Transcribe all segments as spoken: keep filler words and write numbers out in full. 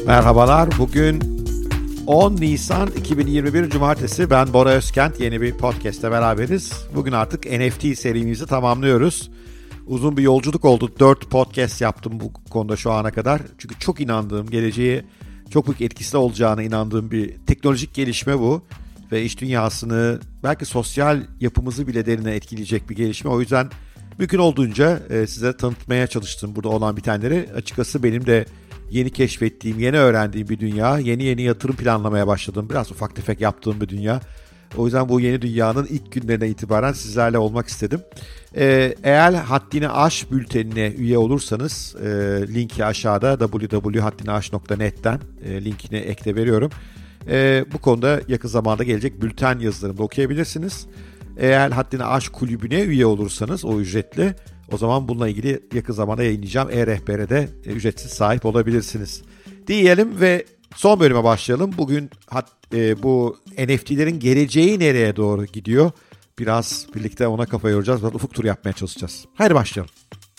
Merhabalar, bugün on Nisan iki bin yirmi bir Cumartesi. Ben Bora Özkent, yeni bir podcast'te beraberiz. Bugün artık N F T serimizi tamamlıyoruz. Uzun bir yolculuk oldu, dört podcast yaptım bu konuda şu ana kadar. Çünkü çok inandığım, geleceğe çok büyük etkisi olacağına inandığım bir teknolojik gelişme bu. Ve iş dünyasını, belki sosyal yapımızı bile derine etkileyecek bir gelişme. O yüzden mümkün olduğunca size tanıtmaya çalıştım burada olan bitenleri. Açıkçası benim de yeni keşfettiğim, yeni öğrendiğim bir dünya. Yeni yeni yatırım planlamaya başladım. Biraz ufak tefek yaptığım bir dünya. O yüzden bu yeni dünyanın ilk günlerine itibaren sizlerle olmak istedim. Ee, eğer Haddini Aş bültenine üye olursanız e, linki aşağıda double-u double-u double-u nokta haddini aş nokta net'ten e, linkini ekle veriyorum. E, bu konuda yakın zamanda gelecek bülten yazılarımı da okuyabilirsiniz. Eğer Haddini Aş kulübüne üye olursanız o ücretli, o zaman bununla ilgili yakın zamanda yayınlayacağım e-rehbere de e, ücretsiz sahip olabilirsiniz diyelim ve son bölüme başlayalım. Bugün hat, e, bu N F T'lerin geleceği nereye doğru gidiyor? Biraz birlikte ona kafa yoracağız. Biraz ufuk turu yapmaya çalışacağız. Haydi başlayalım.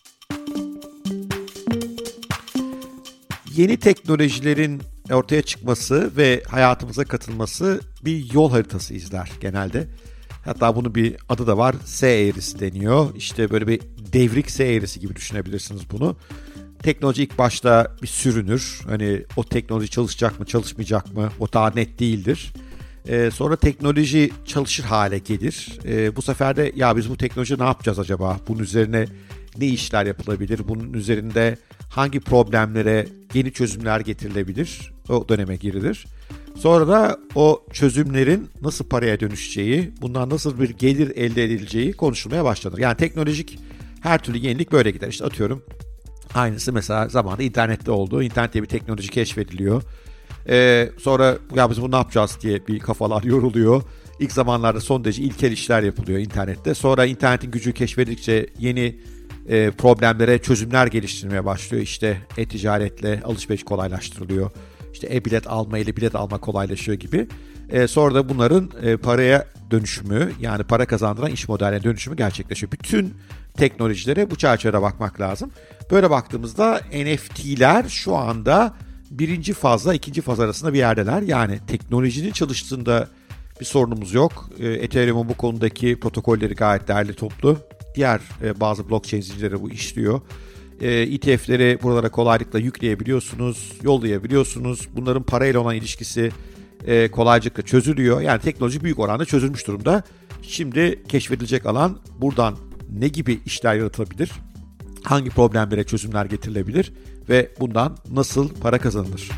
Yeni teknolojilerin ortaya çıkması ve hayatımıza katılması bir yol haritası izler genelde. Hatta bunun bir adı da var. S eğrisi deniyor. İşte böyle bir devrik S eğrisi gibi düşünebilirsiniz bunu. Teknoloji ilk başta bir sürünür. Hani o teknoloji çalışacak mı, çalışmayacak mı? O daha net değildir. Ee, sonra teknoloji çalışır hale gelir. Ee, bu sefer de ya biz bu teknoloji ne yapacağız acaba? Bunun üzerine ne işler yapılabilir? Bunun üzerinde hangi problemlere yeni çözümler getirilebilir? O döneme girilir. Sonra da o çözümlerin nasıl paraya dönüşeceği, bundan nasıl bir gelir elde edileceği konuşulmaya başlanır. Yani teknolojik her türlü yenilik böyle gider. İşte atıyorum aynısı mesela zamanında internette oldu. İnternet diye bir teknoloji keşfediliyor. Ee, sonra ya biz bunu ne yapacağız diye bir kafalar yoruluyor. İlk zamanlarda son derece ilkel işler yapılıyor internette. Sonra internetin gücü keşfedildikçe yeni e, problemlere çözümler geliştirmeye başlıyor. İşte e-ticaretle alışveriş kolaylaştırılıyor. İşte e-bilet alma ile bilet alma kolaylaşıyor gibi. E, sonra da bunların e, paraya dönüşümü, yani para kazandıran iş modeline dönüşümü gerçekleşiyor. Bütün teknolojilere bu çerçevede bakmak lazım. Böyle baktığımızda N F T'ler şu anda birinci fazla, ikinci faz arasında bir yerdeler. Yani teknolojinin çalıştığında bir sorunumuz yok. E, Ethereum'un bu konudaki protokolleri gayet değerli toplu. Diğer e, bazı blockchain zincirleri bu işliyor. E T F'leri buralara kolaylıkla yükleyebiliyorsunuz, yollayabiliyorsunuz. Bunların parayla olan ilişkisi e, kolaylıkla çözülüyor. Yani teknoloji büyük oranda çözülmüş durumda. Şimdi keşfedilecek alan buradan ne gibi işler yaratılabilir? Hangi problemlere çözümler getirilebilir? Ve bundan nasıl para kazanılır?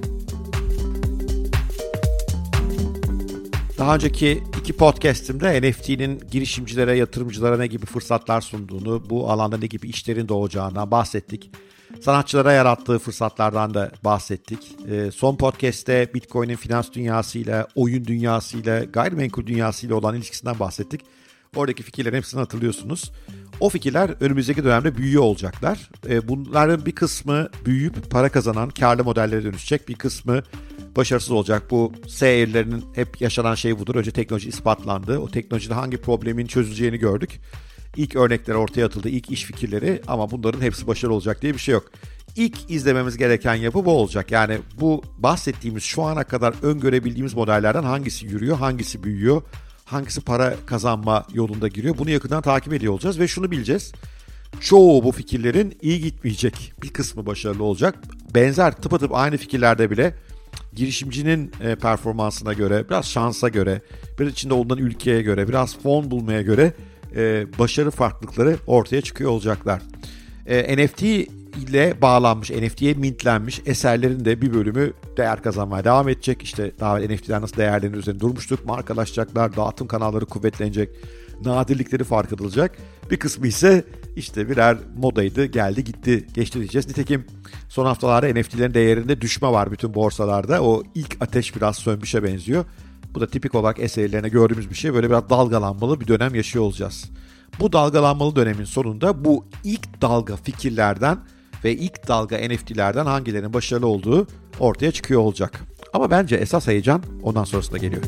Daha önceki iki podcast'imde N F T'nin girişimcilere, yatırımcılara ne gibi fırsatlar sunduğunu, bu alanda ne gibi işlerin doğacağından bahsettik. Sanatçılara yarattığı fırsatlardan da bahsettik. E, son podcast'te Bitcoin'in finans dünyasıyla, oyun dünyasıyla, gayrimenkul dünyasıyla olan ilişkisinden bahsettik. Oradaki fikirlerin hepsini hatırlıyorsunuz. O fikirler önümüzdeki dönemde büyüyor olacaklar. E, bunların bir kısmı büyüyüp para kazanan karlı modellere dönüşecek, bir kısmı başarısız olacak. Bu S eğrilerinin hep yaşanan şey budur. Önce teknoloji ispatlandı. O teknolojide hangi problemin çözüleceğini gördük. İlk örnekler ortaya atıldı, ilk iş fikirleri, ama bunların hepsi başarılı olacak diye bir şey yok. İlk izlememiz gereken yapı bu olacak. Yani bu bahsettiğimiz şu ana kadar öngörebildiğimiz modellerden hangisi yürüyor, hangisi büyüyor, hangisi para kazanma yolunda giriyor. Bunu yakından takip ediyor olacağız ve şunu bileceğiz. Çoğu bu fikirlerin iyi gitmeyecek. Bir kısmı başarılı olacak. Benzer tıpatıp aynı fikirlerde bile girişimcinin e, performansına göre, biraz şansa göre, biraz içinde olunan ülkeye göre, biraz fon bulmaya göre e, başarı farklılıkları ortaya çıkıyor olacaklar. E, N F T ile bağlanmış, N F T'ye mintlenmiş eserlerin de bir bölümü değer kazanmaya devam edecek. İşte daha N F T'ler nasıl değerlenir üzerine durmuştuk. Markalaşacaklar, dağıtım kanalları kuvvetlenecek, nadirlikleri fark edilecek. Bir kısmı ise işte birer modaydı, geldi gitti, geçti diyeceğiz. Nitekim son haftalarda N F T'lerin değerinde düşme var bütün borsalarda. O ilk ateş biraz sönmüşe benziyor. Bu da tipik olarak eserlerine gördüğümüz bir şey. Böyle biraz dalgalanmalı bir dönem yaşıyor olacağız. Bu dalgalanmalı dönemin sonunda bu ilk dalga fikirlerden ve ilk dalga N F T'lerden hangilerinin başarılı olduğu ortaya çıkıyor olacak. Ama bence esas heyecan ondan sonrasında geliyor.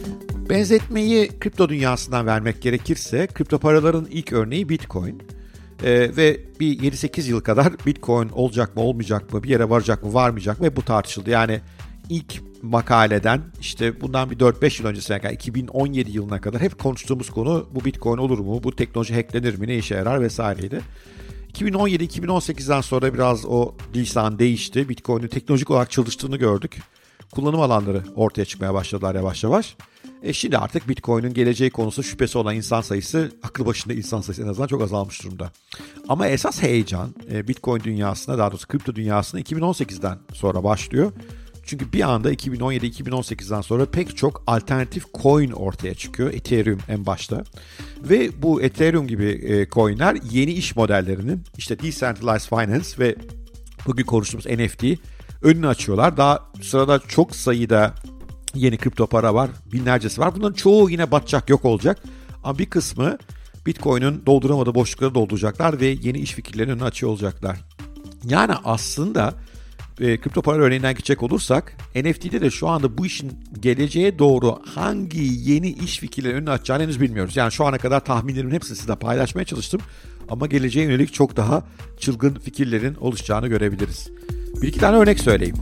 Benzetmeyi kripto dünyasından vermek gerekirse, kripto paraların ilk örneği Bitcoin. Ee, ve bir yedi sekiz yıl kadar Bitcoin olacak mı olmayacak mı, bir yere varacak mı varmayacak mı, hep bu tartışıldı. Yani ilk makaleden işte bundan bir dört beş yıl öncesine kadar, iki bin on yedi yılına kadar hep konuştuğumuz konu bu: Bitcoin olur mu, bu teknoloji hacklenir mi, ne işe yarar vesaireydi. iki bin on yedi iki bin on sekizden sonra biraz o lisan değişti. Bitcoin'in teknolojik olarak çalıştığını gördük. Kullanım alanları ortaya çıkmaya başladılar yavaş yavaş. E şimdi artık Bitcoin'in geleceği konusu şüphesi olan insan sayısı, aklı başında insan sayısı en azından çok azalmış durumda. Ama esas heyecan Bitcoin dünyasına, daha doğrusu kripto dünyasına iki bin on sekizden sonra başlıyor. Çünkü bir anda iki bin on yedi iki bin on sekizden sonra pek çok alternatif coin ortaya çıkıyor. Ethereum en başta. Ve bu Ethereum gibi e, coinler yeni iş modellerinin, işte Decentralized Finance ve bugün konuştuğumuz N F T önünü açıyorlar. Daha sırada çok sayıda yeni kripto para var. Binlercesi var. Bunların çoğu yine batacak, yok olacak. Ama bir kısmı Bitcoin'in dolduramadığı boşlukları dolduracaklar ve yeni iş fikirlerinin önünü açıyor olacaklar. Yani aslında e, kripto para örneğinden gidecek olursak, N F T'de de şu anda bu işin geleceğe doğru hangi yeni iş fikirlerinin önünü açacağını henüz bilmiyoruz. Yani şu ana kadar tahminlerimin hepsini sizinle paylaşmaya çalıştım. Ama geleceğe yönelik çok daha çılgın fikirlerin oluşacağını görebiliriz. Bir iki tane örnek söyleyeyim.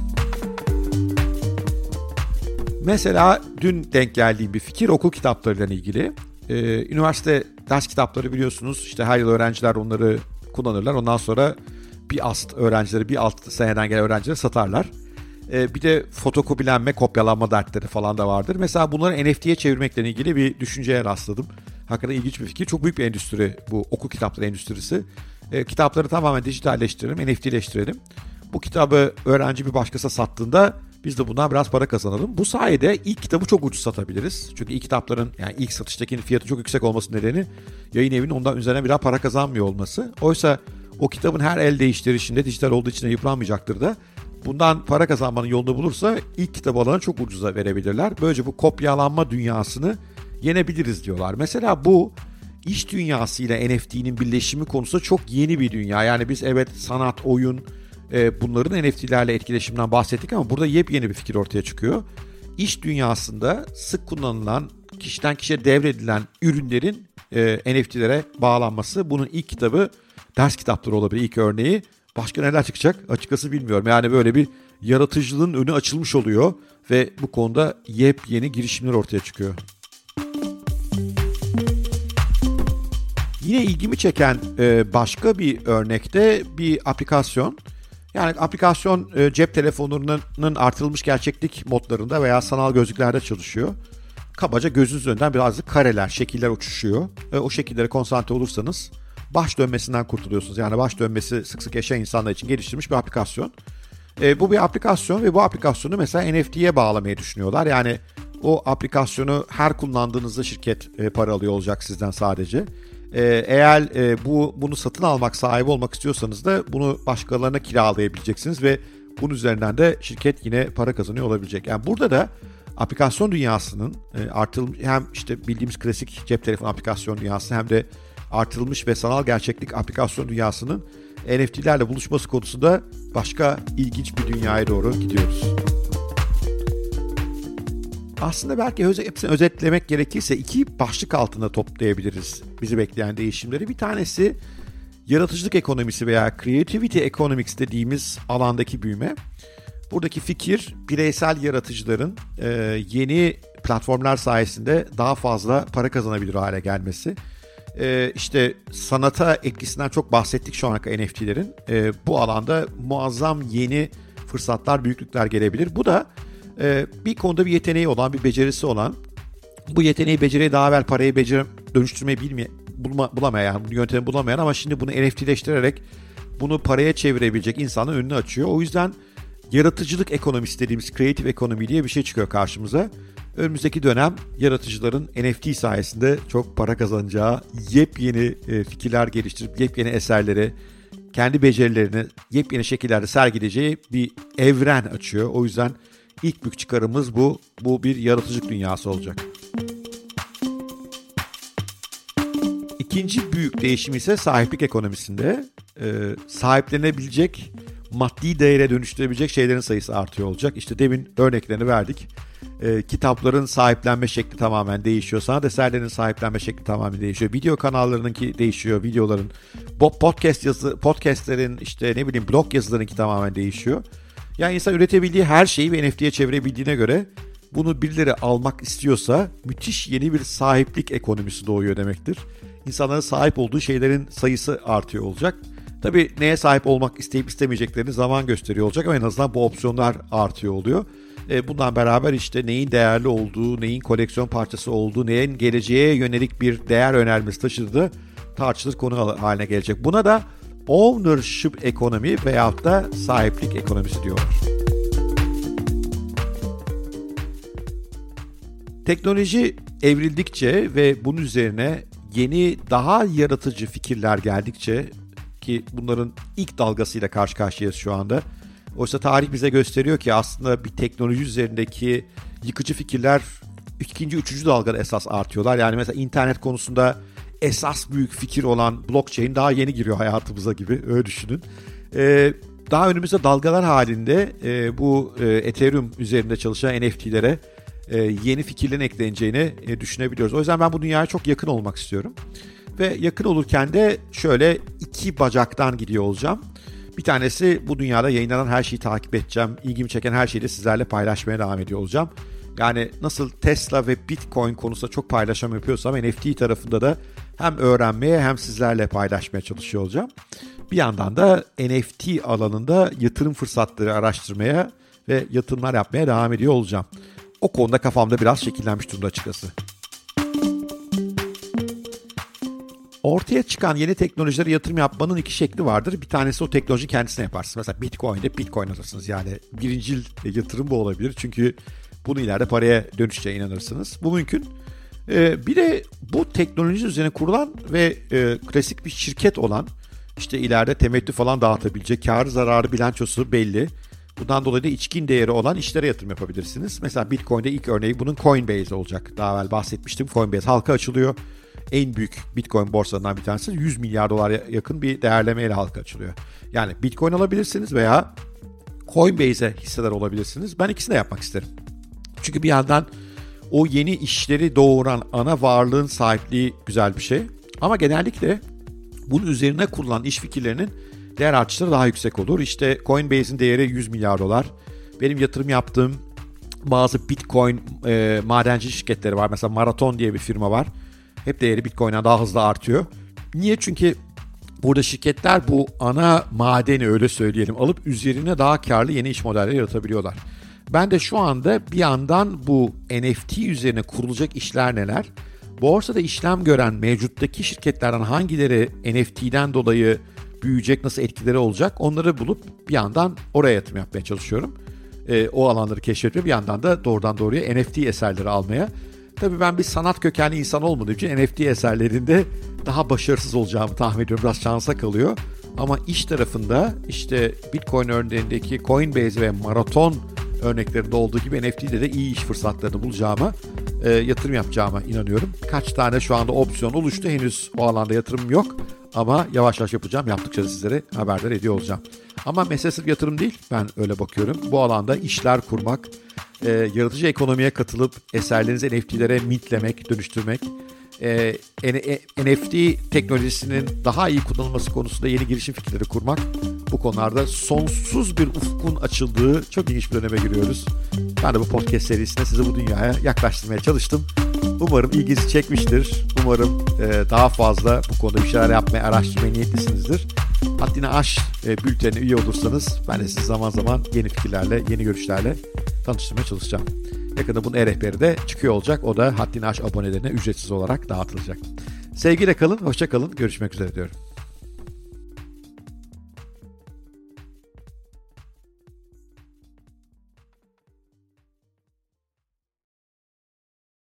Mesela dün denk geldiğim bir fikir okul kitaplarıyla ilgili. Ee, üniversite ders kitapları biliyorsunuz, işte her yıl öğrenciler onları kullanırlar. Ondan sonra bir ast öğrencileri, bir alt seneden gelen öğrencileri satarlar. Ee, bir de fotokopilenme, kopyalanma dertleri falan da vardır. Mesela bunları N F T'ye çevirmekle ilgili bir düşünceye rastladım. Hakikaten ilginç bir fikir. Çok büyük bir endüstri bu okul kitapları endüstrisi. Ee, kitapları tamamen dijitalleştirelim, N F T'leştirelim. Bu kitabı öğrenci bir başkasına sattığında biz de bundan biraz para kazanalım. Bu sayede ilk kitabı çok ucuz satabiliriz. Çünkü ilk kitapların, yani ilk satıştakinin fiyatı çok yüksek olması nedeni yayın evinin ondan üzerine biraz para kazanmıyor olması. Oysa o kitabın her el değiştirişinde dijital olduğu için de yıpranmayacaktır da. Bundan para kazanmanın yolunu bulursa ilk kitabı alanı çok ucuza verebilirler. Böylece bu kopyalanma dünyasını yenebiliriz diyorlar. Mesela bu iş dünyasıyla N F T'nin birleşimi konusu çok yeni bir dünya. Yani biz evet sanat, oyun, bunların N F T'lerle etkileşiminden bahsettik ama burada yepyeni bir fikir ortaya çıkıyor. İş dünyasında sık kullanılan, kişiden kişiye devredilen ürünlerin e, N F T'lere bağlanması. Bunun ilk kitabı ders kitapları olabilir, ilk örneği. Başka neler çıkacak açıkçası bilmiyorum. Yani böyle bir yaratıcılığın önü açılmış oluyor ve bu konuda yepyeni girişimler ortaya çıkıyor. Yine ilgimi çeken e, başka bir örnekte bir aplikasyon. Yani aplikasyon e, cep telefonlarının artırılmış gerçeklik modlarında veya sanal gözlüklerde çalışıyor. Kabaca gözünüz önünden birazcık kareler, şekiller uçuşuyor. E, o şekillere konsantre olursanız baş dönmesinden kurtuluyorsunuz. Yani baş dönmesi sık sık yaşayan insanlar için geliştirilmiş bir aplikasyon. E, bu bir aplikasyon ve bu aplikasyonu mesela N F T'ye bağlamayı düşünüyorlar. Yani o aplikasyonu her kullandığınızda şirket e, para alıyor olacak sizden sadece. Eğer e, bu bunu satın almak, sahibi olmak istiyorsanız da bunu başkalarına kiralayabileceksiniz ve bunun üzerinden de şirket yine para kazanıyor olabilecek. Yani burada da aplikasyon dünyasının e, artırılmış, hem işte bildiğimiz klasik cep telefonu aplikasyon dünyası hem de artırılmış ve sanal gerçeklik aplikasyon dünyasının N F T'lerle buluşması konusunda başka ilginç bir dünyaya doğru gidiyoruz. Aslında belki hepsini özetlemek gerekirse iki başlık altında toplayabiliriz bizi bekleyen değişimleri. Bir tanesi yaratıcılık ekonomisi veya creativity economics dediğimiz alandaki büyüme. Buradaki fikir bireysel yaratıcıların e, yeni platformlar sayesinde daha fazla para kazanabilir hale gelmesi. E, işte sanata etkisinden çok bahsettik şu ana kadar N F T'lerin. E, bu alanda muazzam yeni fırsatlar, büyüklükler gelebilir. Bu da e, bir konuda bir yeteneği olan, bir becerisi olan, bu yeteneği, beceriyi daha evvel parayı beceri dönüştürmeyi bilmeyen, bulma, bulamayan, bu yöntemi bulamayan ama şimdi bunu N F T'leştirerek bunu paraya çevirebilecek insanın önünü açıyor. O yüzden yaratıcılık ekonomisi dediğimiz creative economy diye bir şey çıkıyor karşımıza. Önümüzdeki dönem yaratıcıların N F T sayesinde çok para kazanacağı, yepyeni fikirler geliştirip yepyeni eserleri, kendi becerilerini yepyeni şekillerde sergileyeceği bir evren açıyor. O yüzden ilk büyük çıkarımız bu. Bu bir yaratıcılık dünyası olacak. İkinci büyük değişim ise sahiplik ekonomisinde. Ee, sahiplenebilecek maddi değere dönüştürebilecek şeylerin sayısı artıyor olacak. İşte demin örneklerini verdik. E, kitapların sahiplenme şekli tamamen değişiyor. Sanat eserlerinin sahiplenme şekli tamamen değişiyor. Video kanallarınınki değişiyor. Videoların, podcast yazı, podcastlerin, işte ne bileyim blog yazılarınki tamamen değişiyor. Yani insan üretebildiği her şeyi bir N F T'ye çevirebildiğine göre bunu birileri almak istiyorsa müthiş yeni bir sahiplik ekonomisi doğuyor demektir. İnsanların sahip olduğu şeylerin sayısı artıyor olacak. Tabii neye sahip olmak isteyip istemeyeceklerini zaman gösteriyor olacak ama en azından bu opsiyonlar artıyor oluyor. Bundan beraber işte neyin değerli olduğu, neyin koleksiyon parçası olduğu, neyin geleceğe yönelik bir değer önermesi taşıdığı tartışılır konu haline gelecek. Buna da ownership ekonomi veyahut da sahiplik ekonomisi diyorlar. Teknoloji evrildikçe ve bunun üzerine yeni, daha yaratıcı fikirler geldikçe, ki bunların ilk dalgasıyla karşı karşıyayız şu anda. Oysa tarih bize gösteriyor ki aslında bir teknoloji üzerindeki yıkıcı fikirler ikinci, üçüncü dalgada esas artıyorlar. Yani mesela internet konusunda esas büyük fikir olan blockchain daha yeni giriyor hayatımıza gibi, öyle düşünün. Ee, daha önümüzde dalgalar halinde e, bu e, Ethereum üzerinde çalışan N F T'lere e, yeni fikirlerin ekleneceğini e, düşünebiliyoruz. O yüzden ben bu dünyaya çok yakın olmak istiyorum. Ve yakın olurken de şöyle iki bacaktan gidiyor olacağım. Bir tanesi, bu dünyada yayınlanan her şeyi takip edeceğim. İlgimi çeken her şeyi de sizlerle paylaşmaya devam ediyor olacağım. Yani nasıl Tesla ve Bitcoin konusunda çok paylaşım yapıyorsam N F T tarafında da hem öğrenmeye hem sizlerle paylaşmaya çalışıyor olacağım. Bir yandan da N F T alanında yatırım fırsatları araştırmaya ve yatırımlar yapmaya devam ediyor olacağım. O konuda kafamda biraz şekillenmiş durumda açıkçası. Ortaya çıkan yeni teknolojilere yatırım yapmanın iki şekli vardır. Bir tanesi o teknoloji kendisine yaparsınız. Mesela Bitcoin'de Bitcoin alırsınız. Yani birincil yatırım bu olabilir. Çünkü bunu ileride paraya dönüşeceğine inanırsınız. Bu mümkün. Ee, bir de bu teknoloji üzerine kurulan ve e, klasik bir şirket olan, işte ileride temettü falan dağıtabilecek, kârı zararı bilançosu belli. Bundan dolayı da içkin değeri olan işlere yatırım yapabilirsiniz. Mesela Bitcoin'de ilk örneği bunun Coinbase olacak. Daha evvel bahsetmiştim. Coinbase halka açılıyor. En büyük Bitcoin borsalarından bir tanesi, yüz milyar dolara yakın bir değerlemeyle halka açılıyor. Yani Bitcoin alabilirsiniz veya Coinbase'e hisseler olabilirsiniz. Ben ikisini de yapmak isterim. Çünkü bir yandan o yeni işleri doğuran ana varlığın sahipliği güzel bir şey. Ama genellikle bunun üzerine kurulan iş fikirlerinin değer artışları daha yüksek olur. İşte Coinbase'in değeri yüz milyar dolar. Benim yatırım yaptığım bazı Bitcoin e, madenci şirketleri var. Mesela Marathon diye bir firma var. Hep değeri Bitcoin'den daha hızlı artıyor. Niye? Çünkü burada şirketler bu ana madeni, öyle söyleyelim, alıp üzerine daha karlı yeni iş modelleri yaratabiliyorlar. Ben de şu anda bir yandan bu N F T üzerine kurulacak işler neler? Borsada işlem gören mevcuttaki şirketlerden hangileri N F T'den dolayı büyüyecek, nasıl etkileri olacak, onları bulup bir yandan oraya yatırım yapmaya çalışıyorum. E, o alanları keşfetmeye, bir yandan da doğrudan doğruya N F T eserleri almaya. Tabii ben bir sanat kökenli insan olmadığım için N F T eserlerinde daha başarısız olacağımı tahmin ediyorum. Biraz şansa kalıyor. Ama iş tarafında işte Bitcoin örneğindeki Coinbase ve Marathon örneklerinde olduğu gibi N F T'de de iyi iş fırsatlarını bulacağıma, e, yatırım yapacağıma inanıyorum. Kaç tane şu anda opsiyon oluştu. Henüz o alanda yatırımım yok. Ama yavaş yavaş yapacağım. Yaptıkça da sizlere haberdar ediyor olacağım. Ama mesele sırf yatırım değil. Ben öyle bakıyorum. Bu alanda işler kurmak, e, yaratıcı ekonomiye katılıp eserlerinizi N F T'lere mintlemek, dönüştürmek, e, N F T teknolojisinin daha iyi kullanılması konusunda yeni girişim fikirleri kurmak, bu konularda sonsuz bir ufkun açıldığı çok ilginç bir döneme giriyoruz. Ben de bu podcast serisinde sizi bu dünyaya yaklaştırmaya çalıştım. Umarım ilginizi çekmiştir. Umarım e, daha fazla bu konuda bir şeyler yapmaya, araştırmaya niyetlisinizdir. Haddini Aş e, bültenine üye olursanız ben de sizi zaman zaman yeni fikirlerle, yeni görüşlerle tanıştırmaya çalışacağım. Yakında bunun e-rehberi de çıkıyor olacak. O da Haddini Aş abonelerine ücretsiz olarak dağıtılacak. Sevgiyle kalın, hoşça kalın. Görüşmek üzere diyorum.